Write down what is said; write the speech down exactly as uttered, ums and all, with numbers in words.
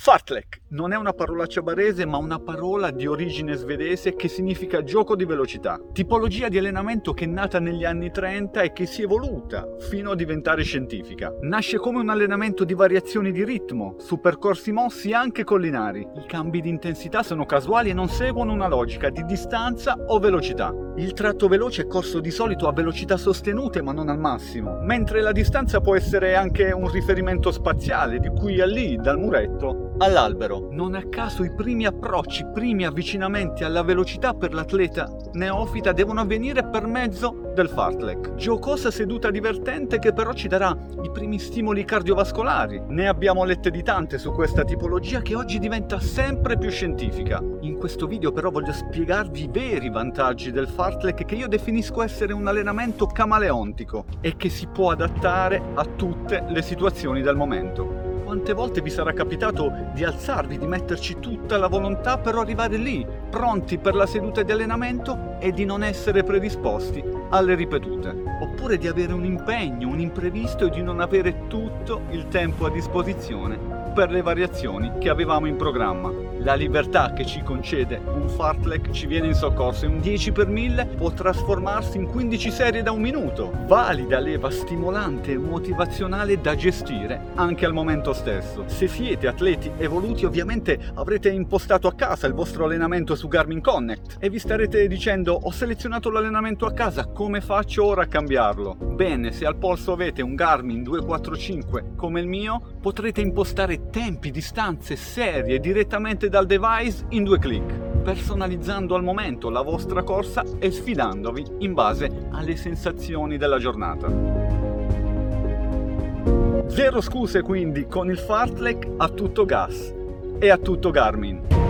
Fartlek non è una parolaccia barese, ma una parola di origine svedese che significa gioco di velocità. Tipologia di allenamento che è nata negli anni trenta e che si è evoluta fino a diventare scientifica. Nasce come un allenamento di variazioni di ritmo, su percorsi mossi anche collinari. I cambi di intensità sono casuali e non seguono una logica di distanza o velocità. Il tratto veloce è corso di solito a velocità sostenute ma non al massimo, mentre la distanza può essere anche un riferimento spaziale, di qui a lì, dal muretto all'albero. Non a caso i primi approcci, i primi avvicinamenti alla velocità per l'atleta neofita devono avvenire per mezzo del fartlek. Giocosa seduta divertente che però ci darà i primi stimoli cardiovascolari. Ne abbiamo lette di tante su questa tipologia che oggi diventa sempre più scientifica. In questo video però voglio spiegarvi i veri vantaggi del fartlek, che io definisco essere un allenamento camaleontico e che si può adattare a tutte le situazioni del momento. Quante volte vi sarà capitato di alzarvi, di metterci tutta la volontà per arrivare lì, pronti per la seduta di allenamento e di non essere predisposti alle ripetute? Oppure di avere un impegno, un imprevisto e di non avere tutto il tempo a disposizione per le variazioni che avevamo in programma. La libertà che ci concede un fartlek ci viene in soccorso e un dieci per mille può trasformarsi in quindici serie da un minuto. Valida leva stimolante e motivazionale da gestire anche al momento stesso. Se siete atleti evoluti, ovviamente avrete impostato a casa il vostro allenamento su Garmin Connect e vi starete dicendo: ho selezionato l'allenamento a casa, come faccio ora a cambiarlo? Bene, se al polso avete un Garmin duecentoquarantacinque come il mio, potrete impostare tempi, distanze, serie direttamente dal device in due clic, personalizzando al momento la vostra corsa e sfidandovi in base alle sensazioni della giornata. Zero scuse quindi con il fartlek, a tutto gas e a tutto Garmin.